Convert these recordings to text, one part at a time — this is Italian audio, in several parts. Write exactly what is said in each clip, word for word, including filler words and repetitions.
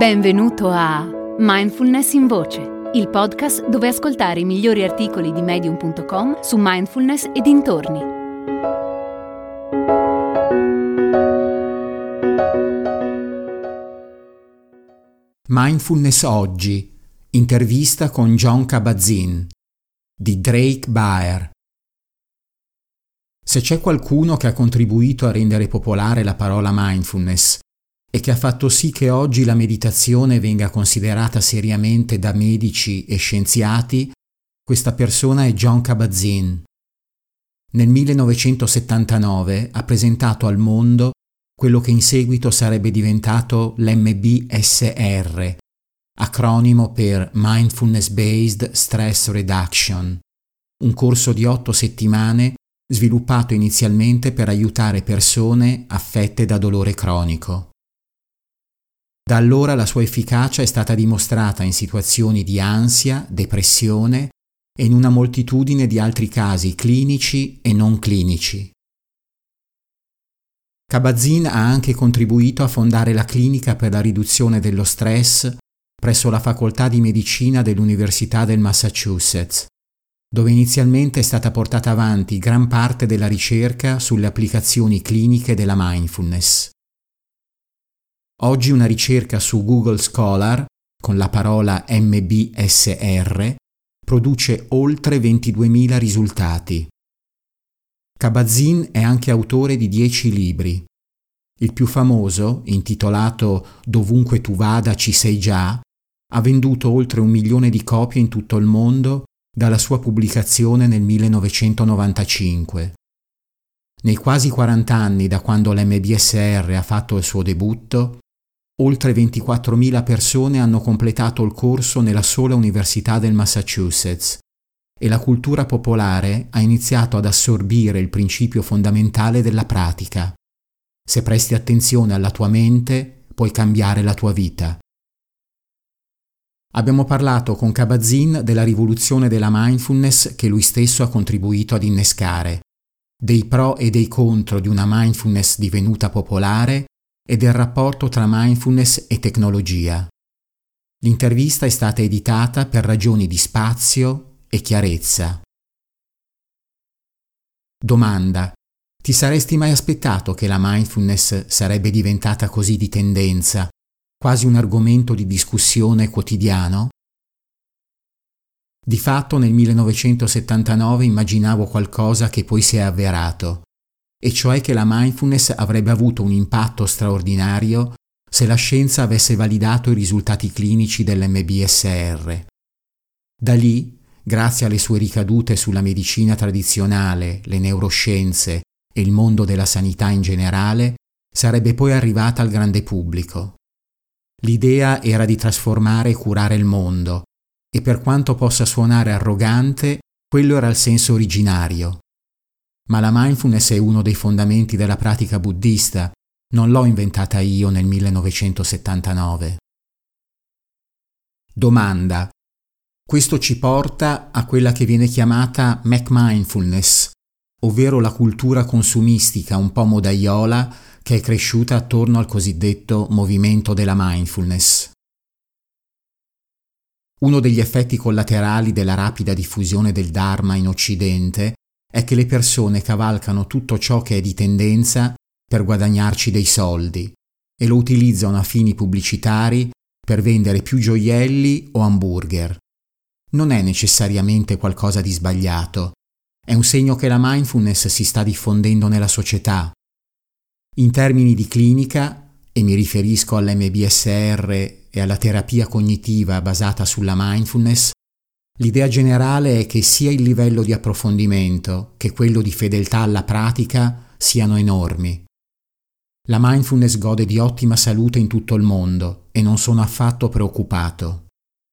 Benvenuto a Mindfulness in Voce, il podcast dove ascoltare i migliori articoli di medium punto com su mindfulness e dintorni. Mindfulness oggi, intervista con Jon Kabat-Zinn di Drake Baer. Se c'è qualcuno che ha contribuito a rendere popolare la parola mindfulness e che ha fatto sì che oggi la meditazione venga considerata seriamente da medici e scienziati, questa persona è Jon Kabat-Zinn. Nel millenovecentosettantanove ha presentato al mondo quello che in seguito sarebbe diventato l'M B S R, acronimo per Mindfulness Based Stress Reduction, un corso di otto settimane sviluppato inizialmente per aiutare persone affette da dolore cronico. Da allora la sua efficacia è stata dimostrata in situazioni di ansia, depressione e in una moltitudine di altri casi clinici e non clinici. Kabat-Zinn ha anche contribuito a fondare la clinica per la riduzione dello stress presso la facoltà di medicina dell'Università del Massachusetts, dove inizialmente è stata portata avanti gran parte della ricerca sulle applicazioni cliniche della mindfulness. Oggi una ricerca su Google Scholar, con la parola M B S R, produce oltre ventiduemila risultati. Kabat-Zinn è anche autore di dieci libri. Il più famoso, intitolato Dovunque tu vada ci sei già, ha venduto oltre un milione di copie in tutto il mondo dalla sua pubblicazione nel millenovecentonovantacinque. Nei quasi quaranta anni da quando l'M B S R ha fatto il suo debutto, oltre ventiquattromila persone hanno completato il corso nella sola Università del Massachusetts e la cultura popolare ha iniziato ad assorbire il principio fondamentale della pratica. Se presti attenzione alla tua mente, puoi cambiare la tua vita. Abbiamo parlato con Kabat-Zinn della rivoluzione della mindfulness che lui stesso ha contribuito ad innescare, dei pro e dei contro di una mindfulness divenuta popolare e del rapporto tra mindfulness e tecnologia. L'intervista è stata editata per ragioni di spazio e chiarezza. Domanda: ti saresti mai aspettato che la mindfulness sarebbe diventata così di tendenza, quasi un argomento di discussione quotidiano? Di fatto nel millenovecentosettantanove immaginavo qualcosa che poi si è avverato, e cioè che la mindfulness avrebbe avuto un impatto straordinario se la scienza avesse validato i risultati clinici dell'M B S R. Da lì, grazie alle sue ricadute sulla medicina tradizionale, le neuroscienze e il mondo della sanità in generale, sarebbe poi arrivata al grande pubblico. L'idea era di trasformare e curare il mondo, e per quanto possa suonare arrogante, quello era il senso originario. Ma la mindfulness è uno dei fondamenti della pratica buddista, non l'ho inventata io nel millenovecentosettantanove. Domanda: questo ci porta a quella che viene chiamata McMindfulness, ovvero la cultura consumistica un po' modaiola che è cresciuta attorno al cosiddetto movimento della mindfulness. Uno degli effetti collaterali della rapida diffusione del Dharma in Occidente è che le persone cavalcano tutto ciò che è di tendenza per guadagnarci dei soldi e lo utilizzano a fini pubblicitari per vendere più gioielli o hamburger. Non è necessariamente qualcosa di sbagliato, è un segno che la mindfulness si sta diffondendo nella società. In termini di clinica, e mi riferisco all'M B S R e alla terapia cognitiva basata sulla mindfulness, l'idea generale è che sia il livello di approfondimento che quello di fedeltà alla pratica siano enormi. La mindfulness gode di ottima salute in tutto il mondo e non sono affatto preoccupato.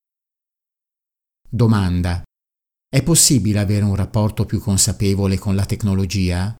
Domanda: è possibile avere un rapporto più consapevole con la tecnologia?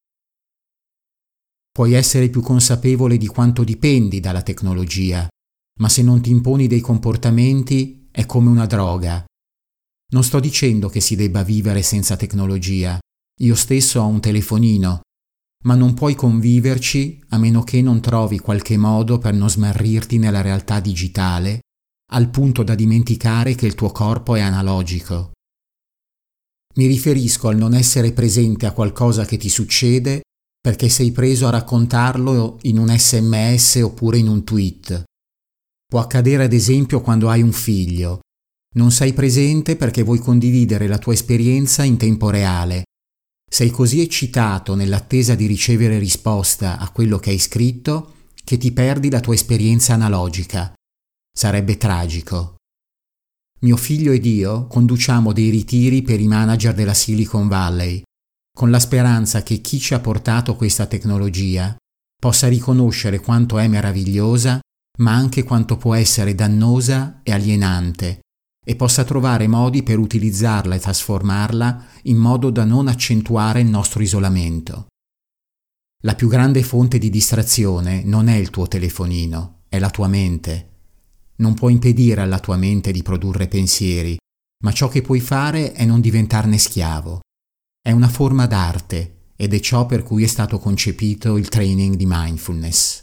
Puoi essere più consapevole di quanto dipendi dalla tecnologia, ma se non ti imponi dei comportamenti è come una droga. Non sto dicendo che si debba vivere senza tecnologia. Io stesso ho un telefonino, ma non puoi conviverci a meno che non trovi qualche modo per non smarrirti nella realtà digitale, al punto da dimenticare che il tuo corpo è analogico. Mi riferisco al non essere presente a qualcosa che ti succede perché sei preso a raccontarlo in un sms oppure in un tweet. Può accadere ad esempio quando hai un figlio. Non sei presente perché vuoi condividere la tua esperienza in tempo reale. Sei così eccitato nell'attesa di ricevere risposta a quello che hai scritto che ti perdi la tua esperienza analogica. Sarebbe tragico. Mio figlio ed io conduciamo dei ritiri per i manager della Silicon Valley, con la speranza che chi ci ha portato questa tecnologia possa riconoscere quanto è meravigliosa, ma anche quanto può essere dannosa e alienante, e possa trovare modi per utilizzarla e trasformarla in modo da non accentuare il nostro isolamento. La più grande fonte di distrazione non è il tuo telefonino, è la tua mente. Non puoi impedire alla tua mente di produrre pensieri, ma ciò che puoi fare è non diventarne schiavo. È una forma d'arte ed è ciò per cui è stato concepito il training di mindfulness.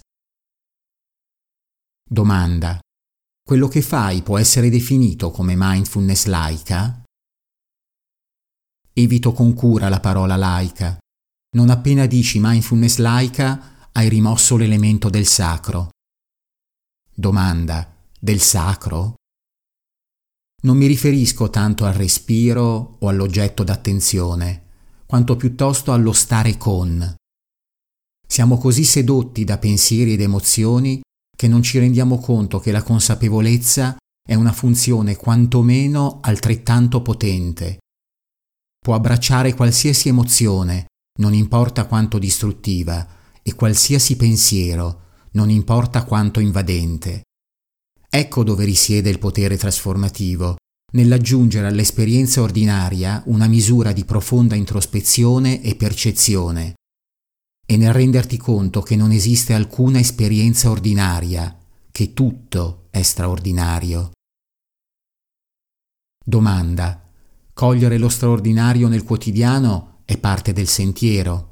Domanda: quello che fai può essere definito come mindfulness laica? Evito con cura la parola laica. Non appena dici mindfulness laica hai rimosso l'elemento del sacro. Domanda: del sacro? Non mi riferisco tanto al respiro o all'oggetto d'attenzione, quanto piuttosto allo stare con. Siamo così sedotti da pensieri ed emozioni che non ci rendiamo conto che la consapevolezza è una funzione quantomeno altrettanto potente. Può abbracciare qualsiasi emozione, non importa quanto distruttiva, e qualsiasi pensiero, non importa quanto invadente. Ecco dove risiede il potere trasformativo, nell'aggiungere all'esperienza ordinaria una misura di profonda introspezione e percezione, e nel renderti conto che non esiste alcuna esperienza ordinaria, che tutto è straordinario. Domanda: cogliere lo straordinario nel quotidiano è parte del sentiero?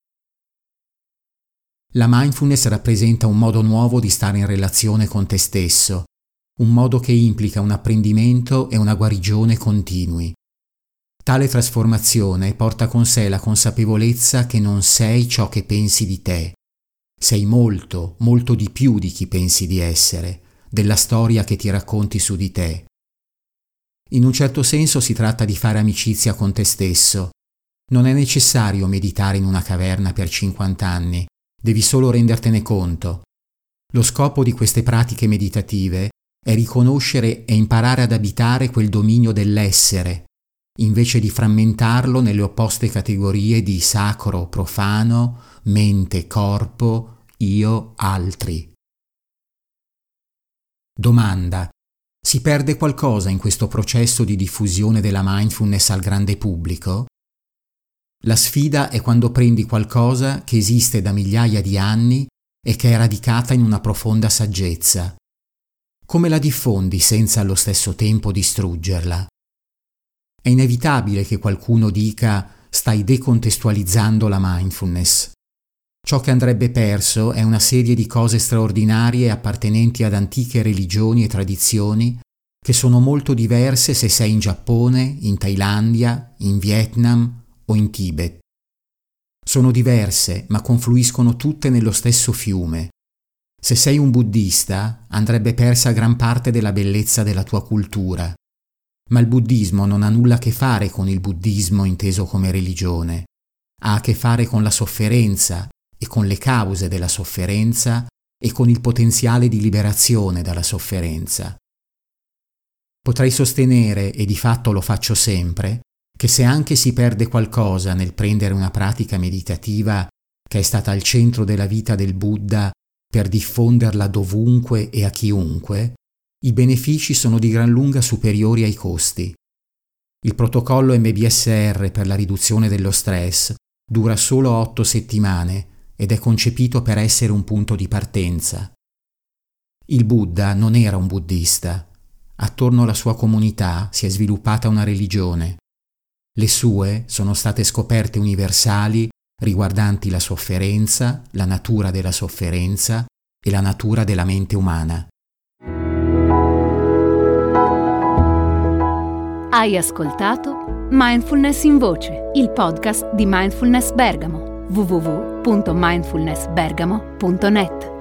La mindfulness rappresenta un modo nuovo di stare in relazione con te stesso, un modo che implica un apprendimento e una guarigione continui. Tale trasformazione porta con sé la consapevolezza che non sei ciò che pensi di te. Sei molto, molto di più di chi pensi di essere, della storia che ti racconti su di te. In un certo senso si tratta di fare amicizia con te stesso. Non è necessario meditare in una caverna per cinquanta anni, devi solo rendertene conto. Lo scopo di queste pratiche meditative è riconoscere e imparare ad abitare quel dominio dell'essere, invece di frammentarlo nelle opposte categorie di sacro, profano, mente, corpo, io, altri. Domanda: si perde qualcosa in questo processo di diffusione della mindfulness al grande pubblico? La sfida è quando prendi qualcosa che esiste da migliaia di anni e che è radicata in una profonda saggezza. Come la diffondi senza allo stesso tempo distruggerla? È inevitabile che qualcuno dica: stai decontestualizzando la mindfulness. Ciò che andrebbe perso è una serie di cose straordinarie appartenenti ad antiche religioni e tradizioni che sono molto diverse se sei in Giappone, in Thailandia, in Vietnam o in Tibet. Sono diverse, ma confluiscono tutte nello stesso fiume. Se sei un buddista, andrebbe persa gran parte della bellezza della tua cultura. Ma il buddismo non ha nulla a che fare con il buddismo inteso come religione. Ha a che fare con la sofferenza e con le cause della sofferenza e con il potenziale di liberazione dalla sofferenza. Potrei sostenere, e di fatto lo faccio sempre, che se anche si perde qualcosa nel prendere una pratica meditativa che è stata al centro della vita del Buddha per diffonderla dovunque e a chiunque, i benefici sono di gran lunga superiori ai costi. Il protocollo M B S R per la riduzione dello stress dura solo otto settimane ed è concepito per essere un punto di partenza. Il Buddha non era un buddista. Attorno alla sua comunità si è sviluppata una religione. Le sue sono state scoperte universali riguardanti la sofferenza, la natura della sofferenza e la natura della mente umana. Hai ascoltato Mindfulness in Voce, il podcast di Mindfulness Bergamo, w w w punto mindfulness bergamo punto net.